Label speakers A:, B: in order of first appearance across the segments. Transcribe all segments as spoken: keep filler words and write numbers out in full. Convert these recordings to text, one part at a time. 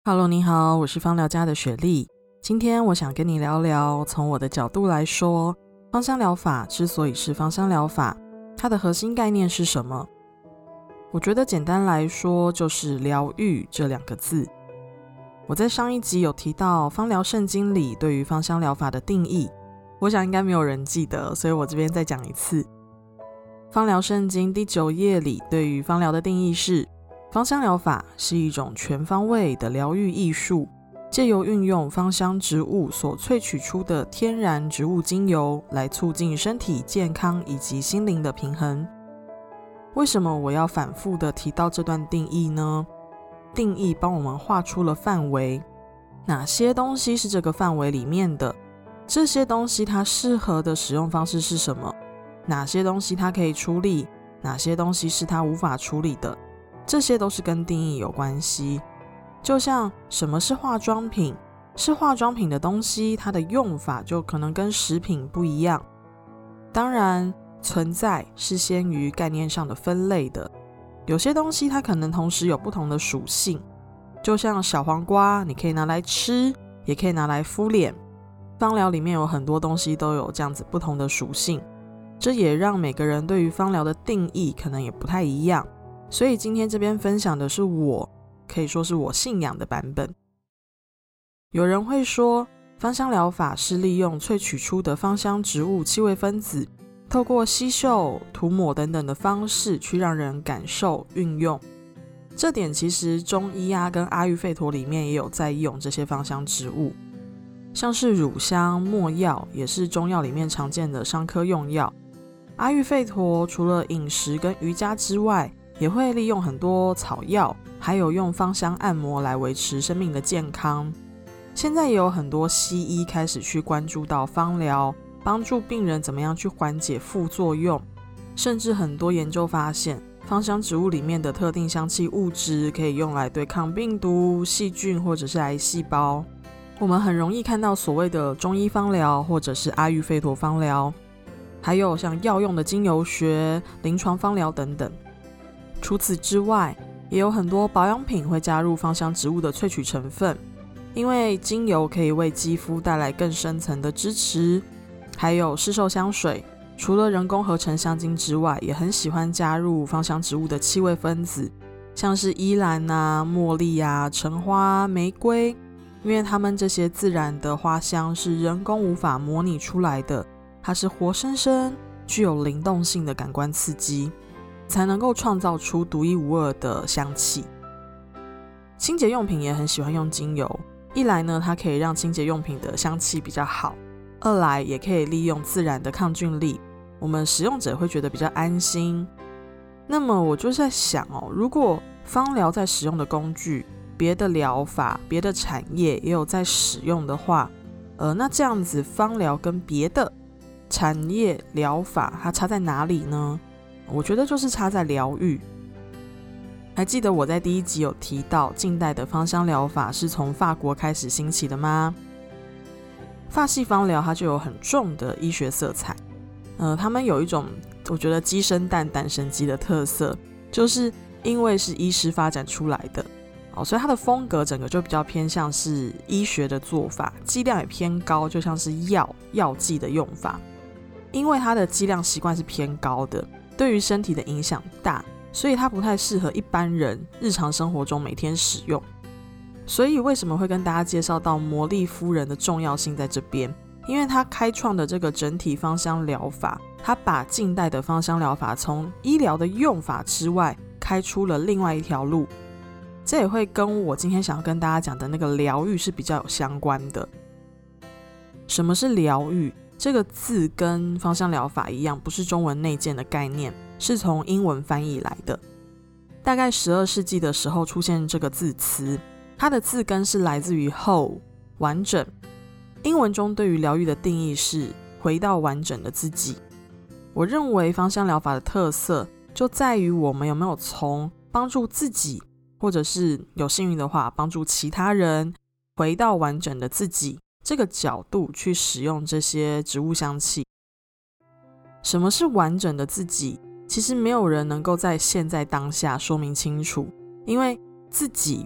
A: Hello， 你好，我是芳疗家的雪莉。今天我想跟你聊聊，从我的角度来说，芳香疗法之所以是芳香疗法，它的核心概念是什么？我觉得简单来说，就是疗愈这两个字。我在上一集有提到芳疗圣经里对于芳香疗法的定义，我想应该没有人记得，所以我这边再讲一次。芳疗圣经第九页里对于芳疗的定义是：芳香疗法是一种全方位的疗愈艺术，借由运用芳香植物所萃取出的天然植物精油来促进身体健康以及心灵的平衡。为什么我要反复的提到这段定义呢？定义帮我们画出了范围，哪些东西是这个范围里面的，这些东西它适合的使用方式是什么，哪些东西它可以处理，哪些东西是它无法处理的，这些都是跟定义有关系。就像什么是化妆品，是化妆品的东西，它的用法就可能跟食品不一样。当然，存在是先于概念上的分类的，有些东西它可能同时有不同的属性，就像小黄瓜，你可以拿来吃，也可以拿来敷脸。芳疗里面有很多东西都有这样子不同的属性，这也让每个人对于芳疗的定义可能也不太一样。所以今天这边分享的是我可以说是我信仰的版本。有人会说，芳香疗法是利用萃取出的芳香植物气味分子，透过吸嗅、涂抹等等的方式去让人感受、运用。这点其实中医啊跟阿育吠陀里面也有在用这些芳香植物，像是乳香、没药也是中药里面常见的伤科用药。阿育吠陀除了饮食跟瑜伽之外，也会利用很多草药，还有用芳香按摩来维持生命的健康。现在也有很多西医开始去关注到芳疗，帮助病人怎么样去缓解副作用，甚至很多研究发现，芳香植物里面的特定香气物质可以用来对抗病毒、细菌或者是癌细胞。我们很容易看到所谓的中医芳疗或者是阿育吠陀芳疗，还有像药用的精油学、临床芳疗等等。除此之外，也有很多保养品会加入芳香植物的萃取成分，因为精油可以为肌肤带来更深层的支持。还有市售香水，除了人工合成香精之外，也很喜欢加入芳香植物的气味分子，像是依兰啊、茉莉啊、橙花、玫瑰，因为它们这些自然的花香是人工无法模拟出来的，它是活生生具有灵动性的感官刺激，才能够创造出独一无二的香气。清洁用品也很喜欢用精油，一来呢，它可以让清洁用品的香气比较好，二来也可以利用自然的抗菌力，我们使用者会觉得比较安心。那么我就在想哦，如果芳疗在使用的工具，别的疗法、别的产业也有在使用的话，呃，那这样子芳疗跟别的产业疗法它差在哪里呢？我觉得就是差在疗愈。还记得我在第一集有提到近代的芳香疗法是从法国开始兴起的吗？法系芳疗它就有很重的医学色彩，呃，他们有一种我觉得鸡生蛋蛋生鸡的特色，就是因为是医师发展出来的，哦，所以它的风格整个就比较偏向是医学的做法，剂量也偏高，就像是药药剂的用法。因为它的剂量习惯是偏高的，对于身体的影响大，所以它不太适合一般人日常生活中每天使用。所以为什么会跟大家介绍到魔力夫人的重要性在这边？因为他开创的这个整体芳香疗法，他把近代的芳香疗法从医疗的用法之外开出了另外一条路。这也会跟我今天想要跟大家讲的那个疗愈是比较有相关的。什么是疗愈？这个字跟芳香疗法一样，不是中文内建的概念，是从英文翻译来的。大概十二世纪的时候出现这个字词，它的字根是来自于 whole 完整。英文中对于疗愈的定义是回到完整的自己。我认为芳香疗法的特色就在于我们有没有从帮助自己，或者是有幸运的话帮助其他人回到完整的自己这个角度去使用这些植物香气。什么是完整的自己？其实没有人能够在现在当下说明清楚，因为自己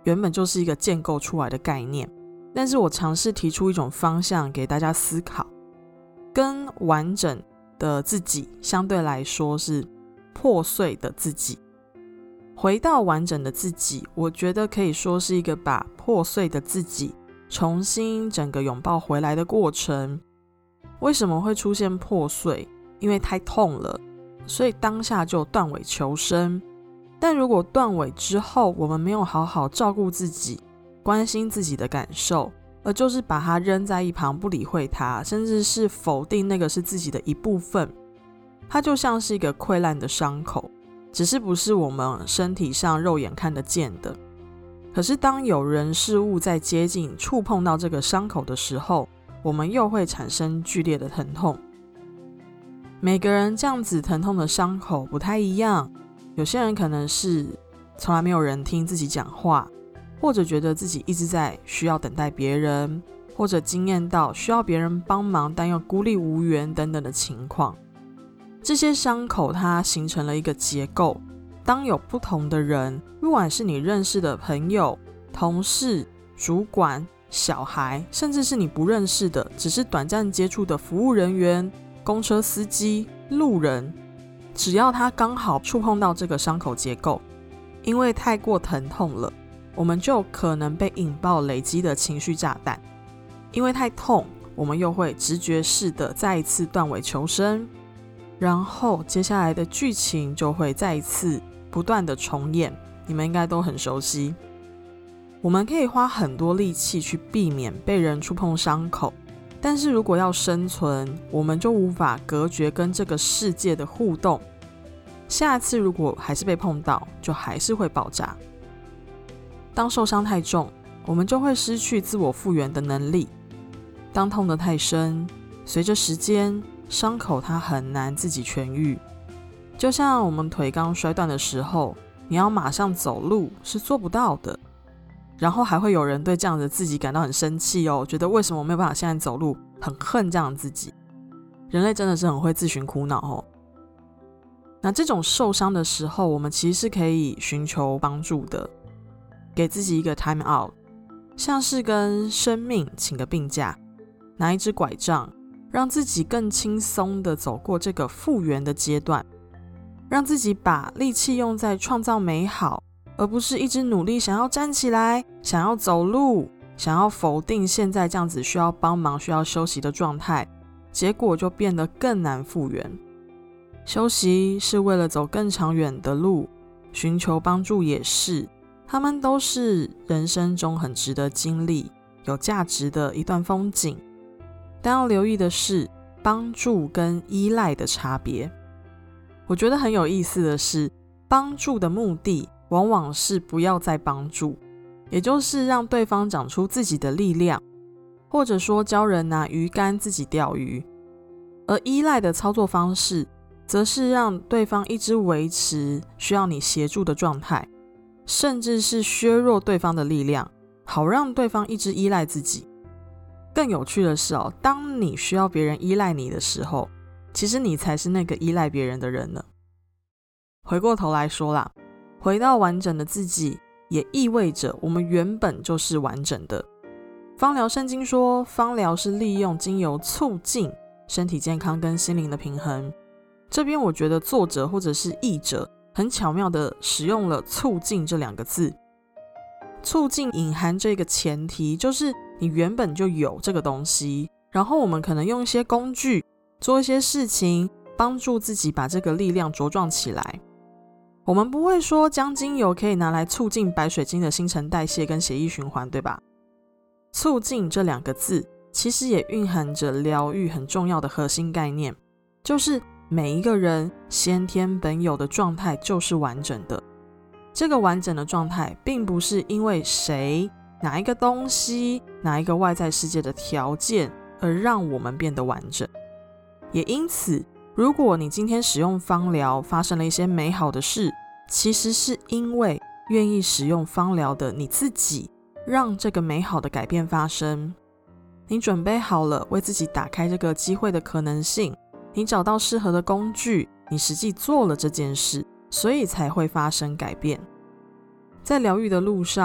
A: 原本就是一个建构出来的概念，但是我尝试提出一种方向给大家思考，跟完整的自己相对来说是破碎的自己。回到完整的自己，我觉得可以说是一个把破碎的自己重新整个拥抱回来的过程。为什么会出现破碎？因为太痛了，所以当下就断尾求生。但如果断尾之后，我们没有好好照顾自己，关心自己的感受，而就是把它扔在一旁不理会它，甚至是否定那个是自己的一部分，它就像是一个溃烂的伤口，只是不是我们身体上肉眼看得见的。可是当有人事物在接近触碰到这个伤口的时候，我们又会产生剧烈的疼痛。每个人这样子疼痛的伤口不太一样，有些人可能是从来没有人听自己讲话，或者觉得自己一直在需要等待别人，或者经验到需要别人帮忙但又孤立无援等等的情况。这些伤口它形成了一个结构，当有不同的人，不管是你认识的朋友、同事、主管、小孩，甚至是你不认识的只是短暂接触的服务人员、公车司机、路人，只要他刚好触碰到这个伤口结构，因为太过疼痛了，我们就可能被引爆累积的情绪炸弹。因为太痛，我们又会直觉式的再一次断尾求生，然后接下来的剧情就会再一次不断的重演，你们应该都很熟悉。我们可以花很多力气去避免被人触碰伤口，但是如果要生存，我们就无法隔绝跟这个世界的互动。下次如果还是被碰到，就还是会爆炸。当受伤太重，我们就会失去自我复原的能力。当痛得太深，随着时间，伤口它很难自己痊愈。就像我们腿刚摔断的时候，你要马上走路是做不到的。然后还会有人对这样的自己感到很生气哦，觉得为什么我没有办法现在走路，很恨这样的自己。人类真的是很会自寻苦恼哦。那这种受伤的时候，我们其实是可以寻求帮助的，给自己一个 time out， 像是跟生命请个病假，拿一支拐杖，让自己更轻松的走过这个复原的阶段，让自己把力气用在创造美好，而不是一直努力想要站起来，想要走路，想要否定现在这样子需要帮忙需要休息的状态，结果就变得更难复原。休息是为了走更长远的路，寻求帮助也是，他们都是人生中很值得经历有价值的一段风景。但要留意的是帮助跟依赖的差别。我觉得很有意思的是，帮助的目的往往是不要再帮助，也就是让对方长出自己的力量，或者说教人拿鱼竿自己钓鱼。而依赖的操作方式则是让对方一直维持需要你协助的状态，甚至是削弱对方的力量，好让对方一直依赖自己。更有趣的是哦，当你需要别人依赖你的时候，其实你才是那个依赖别人的人呢。回过头来说啦，回到完整的自己，也意味着我们原本就是完整的。芳疗圣经说，芳疗是利用精油促进身体健康跟心灵的平衡。这边我觉得作者或者是译者很巧妙的使用了促进这两个字。促进隐含这个前提，就是你原本就有这个东西，然后我们可能用一些工具做一些事情，帮助自己把这个力量茁壮起来。我们不会说将精油可以拿来促进白水晶的新陈代谢跟血液循环，对吧？促进这两个字其实也蕴含着疗愈很重要的核心概念，就是每一个人先天本有的状态就是完整的。这个完整的状态并不是因为谁、哪一个东西、哪一个外在世界的条件而让我们变得完整。也因此，如果你今天使用芳疗发生了一些美好的事，其实是因为愿意使用芳疗的你自己让这个美好的改变发生。你准备好了为自己打开这个机会的可能性，你找到适合的工具，你实际做了这件事，所以才会发生改变。在疗愈的路上，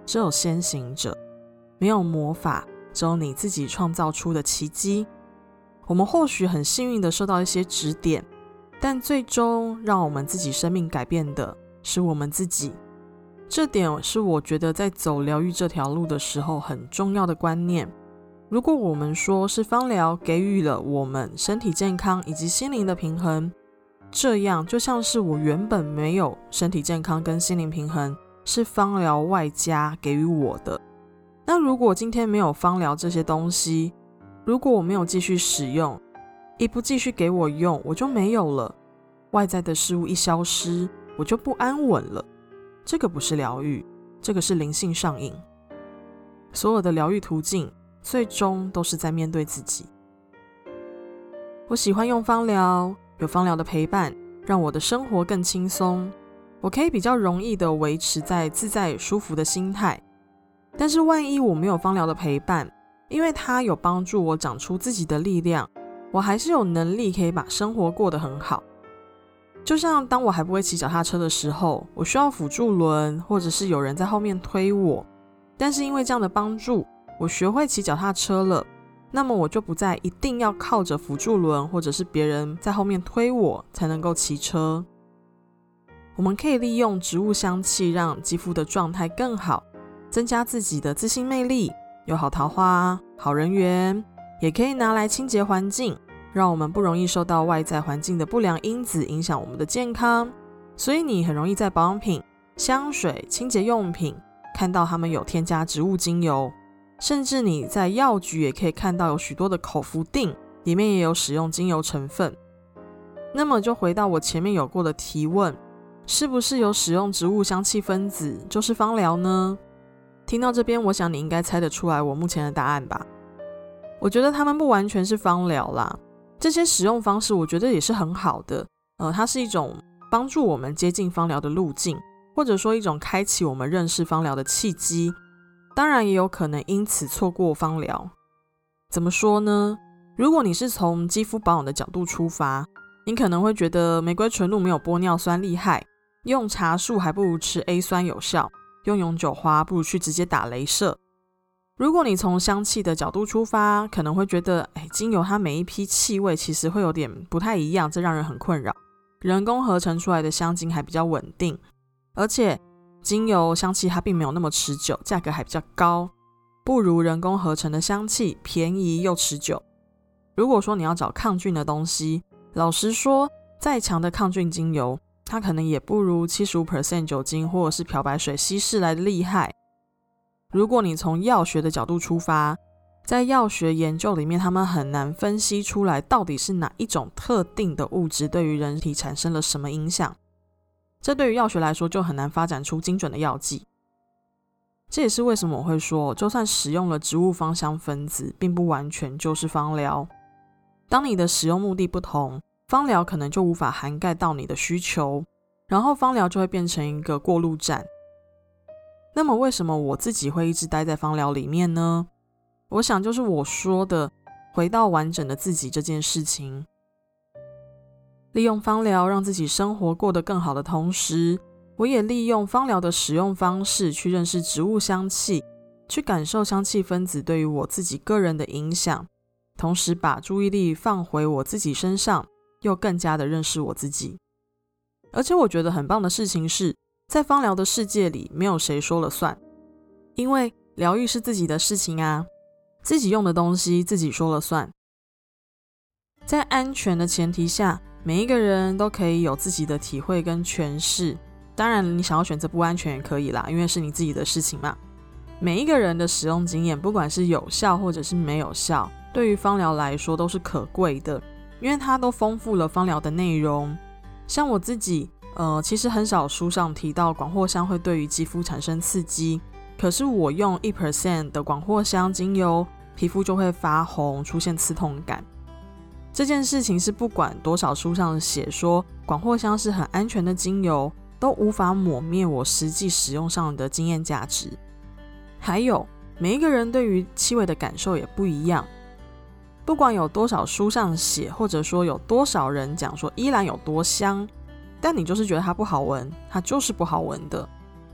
A: 只有先行者，没有魔法，只有你自己创造出的奇迹。我们或许很幸运的受到一些指点，但最终让我们自己生命改变的是我们自己。这点是我觉得在走疗愈这条路的时候很重要的观念。如果我们说是芳疗给予了我们身体健康以及心灵的平衡，这样就像是我原本没有身体健康跟心灵平衡，是芳疗外加给予我的。那如果今天没有芳疗这些东西，如果我没有继续使用，一不继续给我用，我就没有了。外在的事物一消失，我就不安稳了。这个不是疗愈，这个是灵性上瘾。所有的疗愈途径最终都是在面对自己。我喜欢用芳疗，有芳疗的陪伴，让我的生活更轻松，我可以比较容易的维持在自在舒服的心态。但是万一我没有芳疗的陪伴，因为它有帮助我长出自己的力量，我还是有能力可以把生活过得很好。就像当我还不会骑脚踏车的时候，我需要辅助轮，或者是有人在后面推我，但是因为这样的帮助，我学会骑脚踏车了，那么我就不再一定要靠着辅助轮或者是别人在后面推我才能够骑车。我们可以利用植物香气让肌肤的状态更好，增加自己的自信魅力，有好桃花、好人缘，也可以拿来清洁环境，让我们不容易受到外在环境的不良因子影响我们的健康。所以你很容易在保养品、香水、清洁用品看到他们有添加植物精油，甚至你在药局也可以看到有许多的口服锭，里面也有使用精油成分。那么就回到我前面有过的提问，是不是有使用植物香气分子就是芳疗呢？听到这边，我想你应该猜得出来我目前的答案吧。我觉得他们不完全是芳疗啦，这些使用方式我觉得也是很好的，呃，它是一种帮助我们接近芳疗的路径，或者说一种开启我们认识芳疗的契机。当然也有可能因此错过芳疗。怎么说呢？如果你是从肌肤保养的角度出发，你可能会觉得玫瑰纯露没有玻尿酸厉害，用茶树还不如吃 A 酸有效，用永久花不如去直接打雷射。如果你从香气的角度出发，可能会觉得哎，精油它每一批气味其实会有点不太一样，这让人很困扰。人工合成出来的香精还比较稳定，而且精油香气它并没有那么持久，价格还比较高，不如人工合成的香气便宜又持久。如果说你要找抗菌的东西，老实说，再强的抗菌精油，它可能也不如 百分之七十五 酒精或者是漂白水稀释来的厉害。如果你从药学的角度出发，在药学研究里面，他们很难分析出来到底是哪一种特定的物质对于人体产生了什么影响，这对于药学来说就很难发展出精准的药剂。这也是为什么我会说，就算使用了植物芳香分子，并不完全就是芳疗。当你的使用目的不同，芳疗可能就无法涵盖到你的需求，然后芳疗就会变成一个过路站。那么为什么我自己会一直待在芳疗里面呢？我想就是我说的回到完整的自己这件事情。利用芳疗让自己生活过得更好的同时，我也利用芳疗的使用方式去认识植物香气，去感受香气分子对于我自己个人的影响，同时把注意力放回我自己身上，又更加的认识我自己。而且我觉得很棒的事情是，在芳疗的世界里，没有谁说了算，因为疗愈是自己的事情啊，自己用的东西自己说了算。在安全的前提下，每一个人都可以有自己的体会跟诠释，当然你想要选择不安全也可以啦，因为是你自己的事情嘛。每一个人的使用经验，不管是有效或者是没有效，对于芳疗来说都是可贵的，因为它都丰富了芳疗的内容。像我自己呃，其实很少书上提到广藿香会对于肌肤产生刺激，可是我用 百分之一 的广藿香精油，皮肤就会发红，出现刺痛感。这件事情是不管多少书上写说广藿香是很安全的精油，都无法抹灭我实际使用上的经验价值。还有，每一个人对于气味的感受也不一样，不管有多少书上写，或者说有多少人讲说依兰有多香，但你就是觉得它不好闻，它就是不好闻的。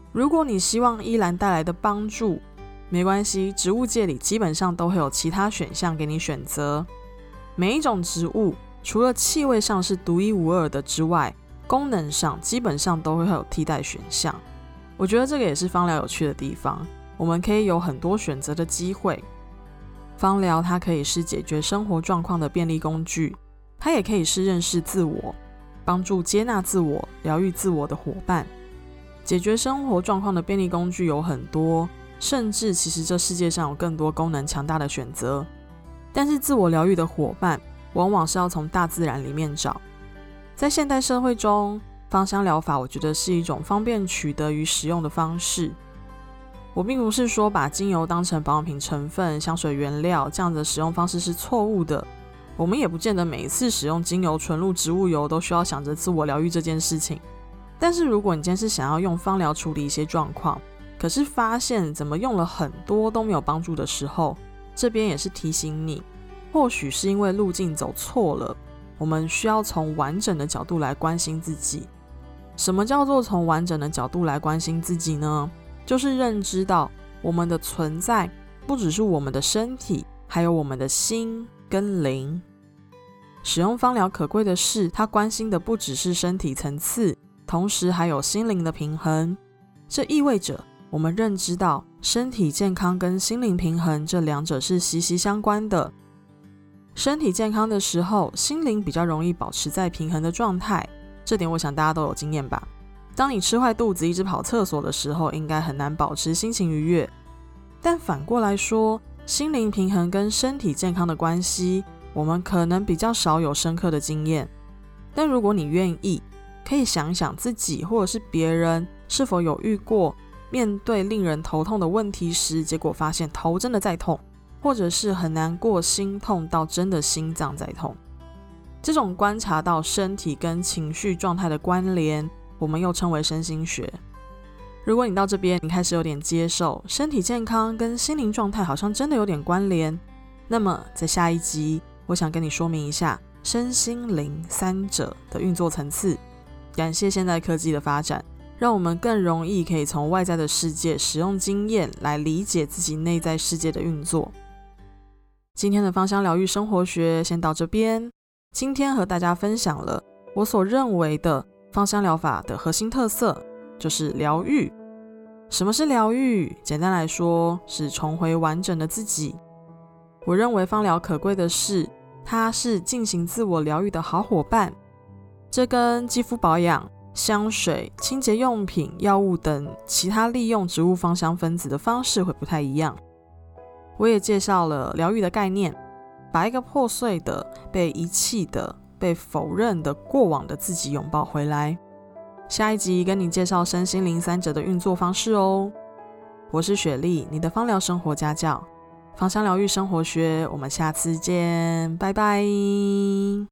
A: 如果你希望依兰带来的帮助，没关系，植物界里基本上都会有其他选项给你选择。每一种植物除了气味上是独一无二的之外，功能上基本上都会有替代选项。我觉得这个也是芳疗有趣的地方，我们可以有很多选择的机会。芳疗它可以是解决生活状况的便利工具，它也可以是认识自我，帮助接纳自我、疗愈自我的伙伴。解决生活状况的便利工具有很多，甚至其实这世界上有更多功能强大的选择。但是自我疗愈的伙伴往往是要从大自然里面找。在现代社会中，芳香疗法我觉得是一种方便取得与使用的方式。我并不是说把精油当成保养品成分、香水原料这样的使用方式是错误的，我们也不见得每一次使用精油、纯露、植物油都需要想着自我疗愈这件事情。但是如果你今天是想要用芳疗处理一些状况，可是发现怎么用了很多都没有帮助的时候，这边也是提醒你，或许是因为路径走错了，我们需要从完整的角度来关心自己。什么叫做从完整的角度来关心自己呢？就是认知到我们的存在不只是我们的身体，还有我们的心跟灵。使用芳疗可贵的是，它关心的不只是身体层次，同时还有心灵的平衡。这意味着我们认知到身体健康跟心灵平衡这两者是息息相关的。身体健康的时候，心灵比较容易保持在平衡的状态，这点我想大家都有经验吧。当你吃坏肚子一直跑厕所的时候，应该很难保持心情愉悦。但反过来说，心灵平衡跟身体健康的关系，我们可能比较少有深刻的经验。但如果你愿意，可以想想自己或者是别人是否有遇过面对令人头痛的问题时，结果发现头真的在痛，或者是很难过，心痛到真的心脏在痛。这种观察到身体跟情绪状态的关联，我们又称为身心学。如果你到这边你开始有点接受身体健康跟心灵状态好像真的有点关联，那么在下一集我想跟你说明一下身心灵三者的运作层次。感谢现代科技的发展，让我们更容易可以从外在的世界使用经验来理解自己内在世界的运作。今天的芳香疗愈生活学先到这边。今天和大家分享了我所认为的芳香疗法的核心特色，就是疗愈。什么是疗愈？简单来说，是重回完整的自己。我认为芳疗可贵的是，它是进行自我疗愈的好伙伴。这跟肌肤保养、香水、清洁用品、药物等其他利用植物芳香分子的方式会不太一样。我也介绍了疗愈的概念，把一个破碎的、被遗弃的、被否认的过往的自己拥抱回来。下一集跟你介绍身心灵三者的运作方式哦。我是雪莉，你的芳疗生活家教，芳香疗愈生活学，我们下次见，拜拜。